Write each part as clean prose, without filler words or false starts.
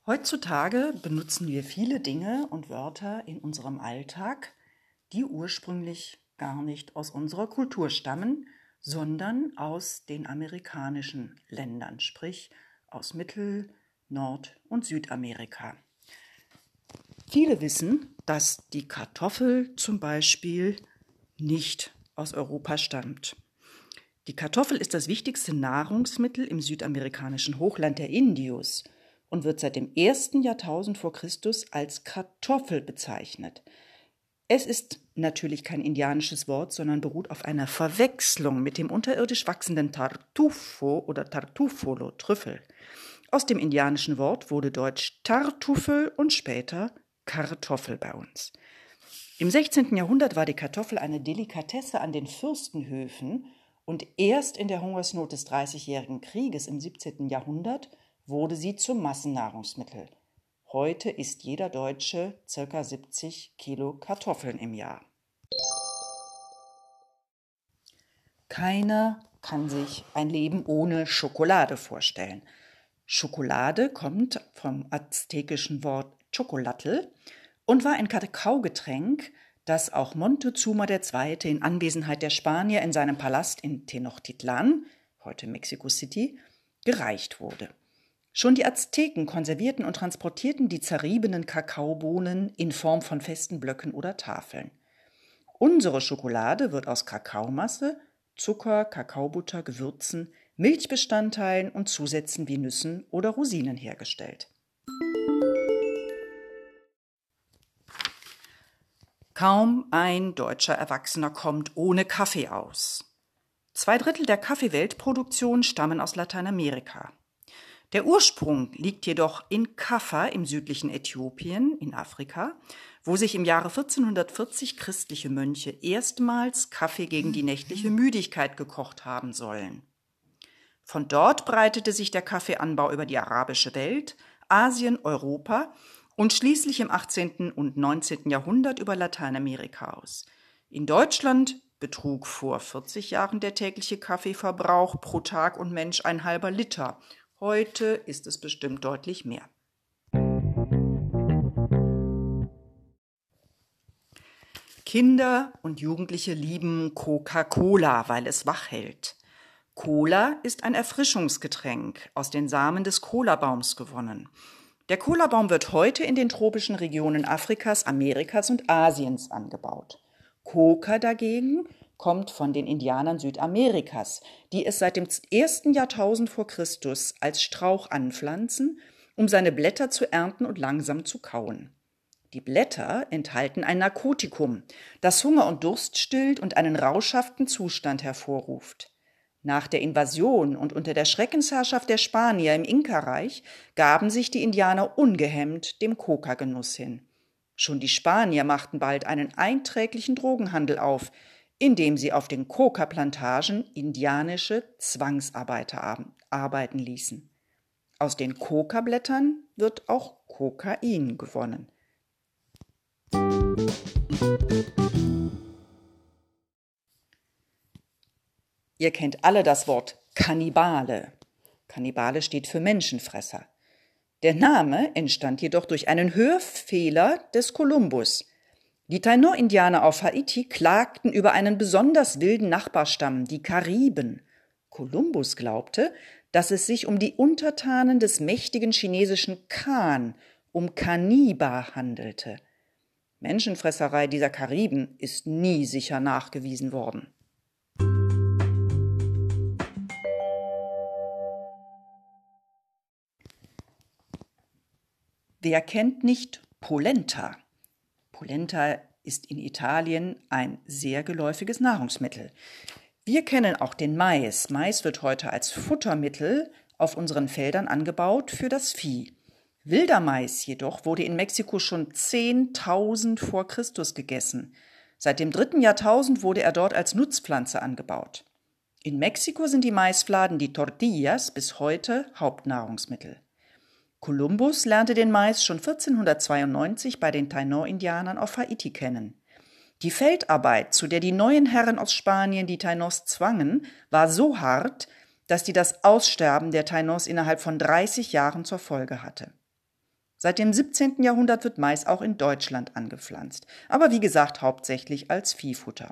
Heutzutage benutzen wir viele Dinge und Wörter in unserem Alltag, die ursprünglich gar nicht aus unserer Kultur stammen, sondern aus den amerikanischen Ländern, sprich aus Mittel-, Nord- und Südamerika. Viele wissen, dass die Kartoffel zum Beispiel nicht aus Europa stammt. Die Kartoffel ist das wichtigste Nahrungsmittel im südamerikanischen Hochland der Indios und wird seit dem 1. Jahrtausend vor Christus als Kartoffel bezeichnet. Es ist natürlich kein indianisches Wort, sondern beruht auf einer Verwechslung mit dem unterirdisch wachsenden Tartufo oder Tartufolo, Trüffel. Aus dem indianischen Wort wurde deutsch Tartufel und später Kartoffel bei uns. Im 16. Jahrhundert war die Kartoffel eine Delikatesse an den Fürstenhöfen und erst in der Hungersnot des Dreißigjährigen Krieges im 17. Jahrhundert wurde sie zum Massennahrungsmittel. Heute isst jeder Deutsche ca. 70 Kilo Kartoffeln im Jahr. Keiner kann sich ein Leben ohne Schokolade vorstellen. Schokolade kommt vom aztekischen Wort Chocolatl und war ein Kakaogetränk, das auch Montezuma II. In Anwesenheit der Spanier in seinem Palast in Tenochtitlan, heute Mexico City, gereicht wurde. Schon die Azteken konservierten und transportierten die zerriebenen Kakaobohnen in Form von festen Blöcken oder Tafeln. Unsere Schokolade wird aus Kakaomasse, Zucker, Kakaobutter, Gewürzen, Milchbestandteilen und Zusätzen wie Nüssen oder Rosinen hergestellt. Kaum ein deutscher Erwachsener kommt ohne Kaffee aus. 2/3 der Kaffeeweltproduktion stammen aus Lateinamerika. Der Ursprung liegt jedoch in Kaffa im südlichen Äthiopien in Afrika, wo sich im Jahre 1440 christliche Mönche erstmals Kaffee gegen die nächtliche Müdigkeit gekocht haben sollen. Von dort breitete sich der Kaffeeanbau über die arabische Welt, Asien, Europa und schließlich im 18. und 19. Jahrhundert über Lateinamerika aus. In Deutschland betrug vor 40 Jahren der tägliche Kaffeeverbrauch pro Tag und Mensch ein halber Liter. Heute ist es bestimmt deutlich mehr. Kinder und Jugendliche lieben Coca-Cola, weil es wach hält. Cola ist ein Erfrischungsgetränk aus den Samen des Colabaums gewonnen. Der Colabaum wird heute in den tropischen Regionen Afrikas, Amerikas und Asiens angebaut. Coca dagegen kommt von den Indianern Südamerikas, die es seit dem 1. Jahrtausend vor Christus als Strauch anpflanzen, um seine Blätter zu ernten und langsam zu kauen. Die Blätter enthalten ein Narkotikum, das Hunger und Durst stillt und einen rauschhaften Zustand hervorruft. Nach der Invasion und unter der Schreckensherrschaft der Spanier im Inka-Reich gaben sich die Indianer ungehemmt dem Coca-Genuss hin. Schon die Spanier machten bald einen einträglichen Drogenhandel auf, indem sie auf den Coca-Plantagen indianische Zwangsarbeiter arbeiten ließen. Aus den Coca-Blättern wird auch Kokain gewonnen. Ihr kennt alle das Wort Kannibale. Kannibale steht für Menschenfresser. Der Name entstand jedoch durch einen Hörfehler des Kolumbus. Die Taino-Indianer auf Haiti klagten über einen besonders wilden Nachbarstamm, die Kariben. Kolumbus glaubte, dass es sich um die Untertanen des mächtigen chinesischen Khan, um Kanniba handelte. Menschenfresserei dieser Kariben ist nie sicher nachgewiesen worden. Wer kennt nicht Polenta? Polenta ist in Italien ein sehr geläufiges Nahrungsmittel. Wir kennen auch den Mais. Mais wird heute als Futtermittel auf unseren Feldern angebaut für das Vieh. Wilder Mais jedoch wurde in Mexiko schon 10.000 vor Christus gegessen. Seit dem 3. Jahrtausend wurde er dort als Nutzpflanze angebaut. In Mexiko sind die Maisfladen, die Tortillas, bis heute Hauptnahrungsmittel. Kolumbus lernte den Mais schon 1492 bei den Taino-Indianern auf Haiti kennen. Die Feldarbeit, zu der die neuen Herren aus Spanien die Tainos zwangen, war so hart, dass die das Aussterben der Tainos innerhalb von 30 Jahren zur Folge hatte. Seit dem 17. Jahrhundert wird Mais auch in Deutschland angepflanzt, aber wie gesagt hauptsächlich als Viehfutter.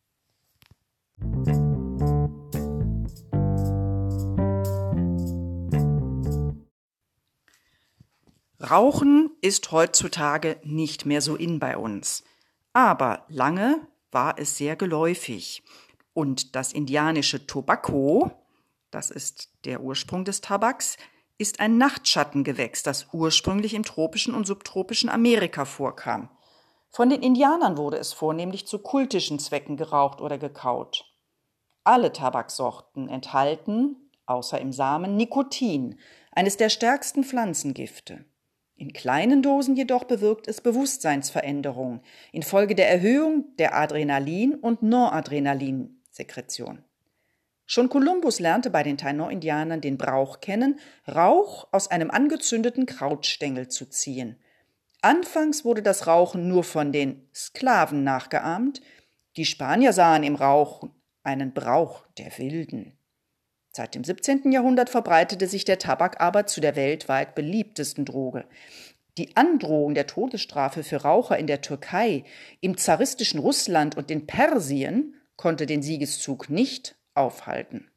Rauchen ist heutzutage nicht mehr so in bei uns, aber lange war es sehr geläufig. Und das indianische Tobacco, das ist der Ursprung des Tabaks, ist ein Nachtschattengewächs, das ursprünglich im tropischen und subtropischen Amerika vorkam. Von den Indianern wurde es vornehmlich zu kultischen Zwecken geraucht oder gekaut. Alle Tabaksorten enthalten, außer im Samen, Nikotin, eines der stärksten Pflanzengifte. In kleinen Dosen jedoch bewirkt es Bewusstseinsveränderungen infolge der Erhöhung der Adrenalin- und Noradrenalinsekretion. Schon Kolumbus lernte bei den Taino-Indianern den Brauch kennen, Rauch aus einem angezündeten Krautstängel zu ziehen. Anfangs wurde das Rauchen nur von den Sklaven nachgeahmt. Die Spanier sahen im Rauchen einen Brauch der Wilden. Seit dem 17. Jahrhundert verbreitete sich der Tabak aber zu der weltweit beliebtesten Droge. Die Androhung der Todesstrafe für Raucher in der Türkei, im zaristischen Russland und in Persien konnte den Siegeszug nicht aufhalten.